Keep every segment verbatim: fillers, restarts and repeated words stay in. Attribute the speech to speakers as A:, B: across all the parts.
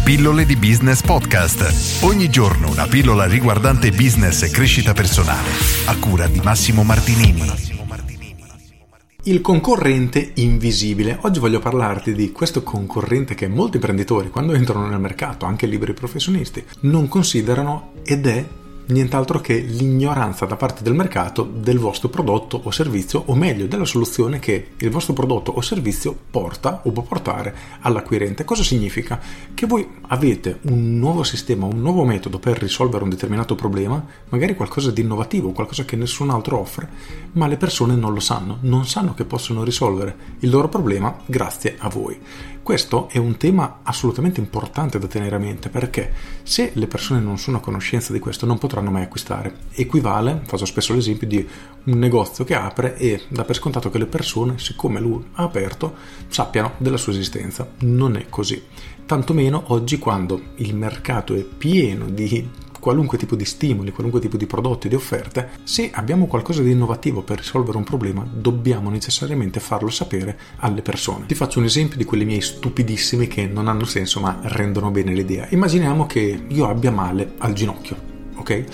A: Pillole di Business Podcast. Ogni giorno una pillola riguardante business e crescita personale. A cura di Massimo Martinini.
B: Il concorrente invisibile. Oggi voglio parlarti di questo concorrente che molti imprenditori, quando entrano nel mercato, anche liberi professionisti, non considerano, ed è nient'altro che l'ignoranza da parte del mercato del vostro prodotto o servizio, o meglio della soluzione che il vostro prodotto o servizio porta o può portare all'acquirente. Cosa significa? Che voi avete un nuovo sistema, un nuovo metodo per risolvere un determinato problema, magari qualcosa di innovativo, qualcosa che nessun altro offre, ma le persone non lo sanno, non sanno che possono risolvere il loro problema grazie a voi. Questo è un tema assolutamente importante da tenere a mente, perché se le persone non sono a conoscenza di questo non potranno mai acquistare. Equivale, faccio spesso l'esempio di un negozio che apre e dà per scontato che le persone, siccome lui ha aperto, sappiano della sua esistenza. Non è così. Tantomeno oggi, quando il mercato è pieno di qualunque tipo di stimoli, qualunque tipo di prodotti, di offerte, se abbiamo qualcosa di innovativo per risolvere un problema, dobbiamo necessariamente farlo sapere alle persone. Ti faccio un esempio di quelli miei stupidissimi che non hanno senso ma rendono bene l'idea. Immaginiamo che io abbia male al ginocchio, ok?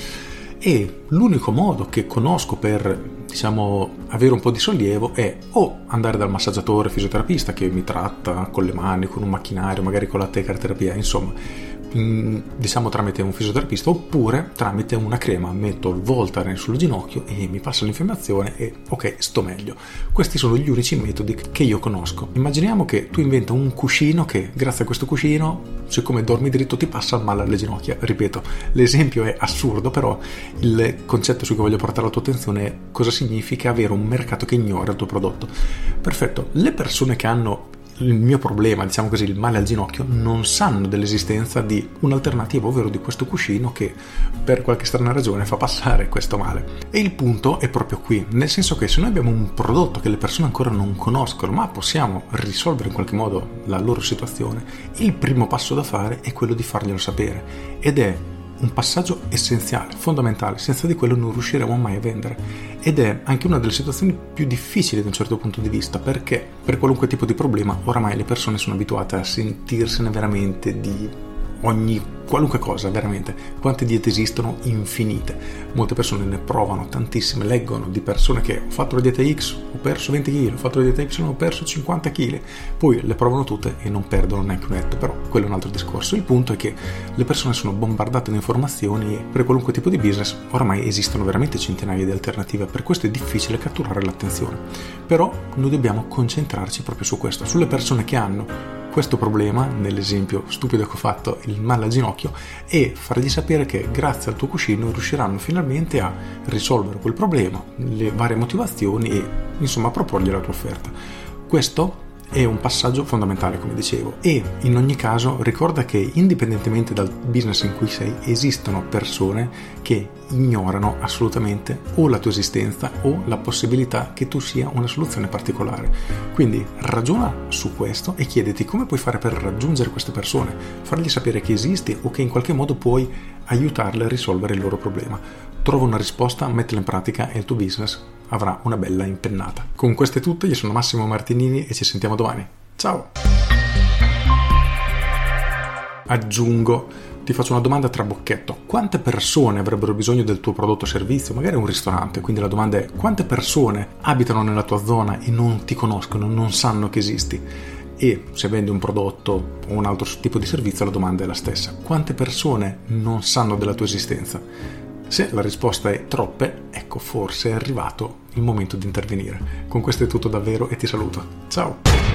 B: E l'unico modo che conosco per, diciamo, avere un po' di sollievo è o andare dal massaggiatore fisioterapista che mi tratta con le mani, con un macchinario, magari con la tecarterapia, insomma, diciamo tramite un fisioterapista, oppure tramite una crema. Metto il Voltaren sul ginocchio e mi passa l'infiammazione e ok, sto meglio. Questi sono gli unici metodi che io conosco. Immaginiamo che tu inventa un cuscino che, grazie a questo cuscino, siccome dormi dritto, ti passa il male alle ginocchia. Ripeto, l'esempio è assurdo, però il concetto su cui voglio portare la tua attenzione è cosa significa avere un mercato che ignora il tuo prodotto. Perfetto, le persone che hanno il mio problema, diciamo così, il male al ginocchio, non sanno dell'esistenza di un'alternativa, ovvero di questo cuscino che per qualche strana ragione fa passare questo male. E il punto è proprio qui, nel senso che se noi abbiamo un prodotto che le persone ancora non conoscono, ma possiamo risolvere in qualche modo la loro situazione, il primo passo da fare è quello di farglielo sapere, ed è un passaggio essenziale, fondamentale. Senza di quello non riusciremo mai a vendere, ed è anche una delle situazioni più difficili da un certo punto di vista, perché per qualunque tipo di problema oramai le persone sono abituate a sentirsene veramente di ogni qualunque cosa, veramente. Quante diete esistono? Infinite. Molte persone ne provano tantissime, leggono di persone che ho fatto la dieta X, ho perso venti chili, ho fatto la dieta Y, ho perso cinquanta chili, poi le provano tutte e non perdono neanche un etto. Però quello è un altro discorso. Il punto è che le persone sono bombardate di informazioni e per qualunque tipo di business oramai esistono veramente centinaia di alternative, per questo è difficile catturare l'attenzione. Però noi dobbiamo concentrarci proprio su questo, sulle persone che hanno questo problema, nell'esempio stupido che ho fatto, il mal al ginocchio, e fargli sapere che grazie al tuo cuscino riusciranno finalmente a risolvere quel problema, le varie motivazioni e insomma proporgli la tua offerta. Questo è un passaggio fondamentale, come dicevo, e in ogni caso ricorda che indipendentemente dal business in cui sei, esistono persone che ignorano assolutamente o la tua esistenza o la possibilità che tu sia una soluzione particolare. Quindi ragiona su questo e chiediti come puoi fare per raggiungere queste persone, fargli sapere che esisti o che in qualche modo puoi aiutarle a risolvere il loro problema. Trova una risposta, mettila in pratica e il tuo business avrà una bella impennata. Con questo è tutto, io sono Massimo Martinini e ci sentiamo domani. Ciao! Aggiungo, ti faccio una domanda tra bocchetto. Quante persone avrebbero bisogno del tuo prodotto o servizio? Magari un ristorante, quindi la domanda è: quante persone abitano nella tua zona e non ti conoscono, non sanno che esisti? E se vendi un prodotto o un altro tipo di servizio, la domanda è la stessa: quante persone non sanno della tua esistenza? Se la risposta è troppe, ecco, forse è arrivato il momento di intervenire. Con questo è tutto davvero e ti saluto. Ciao!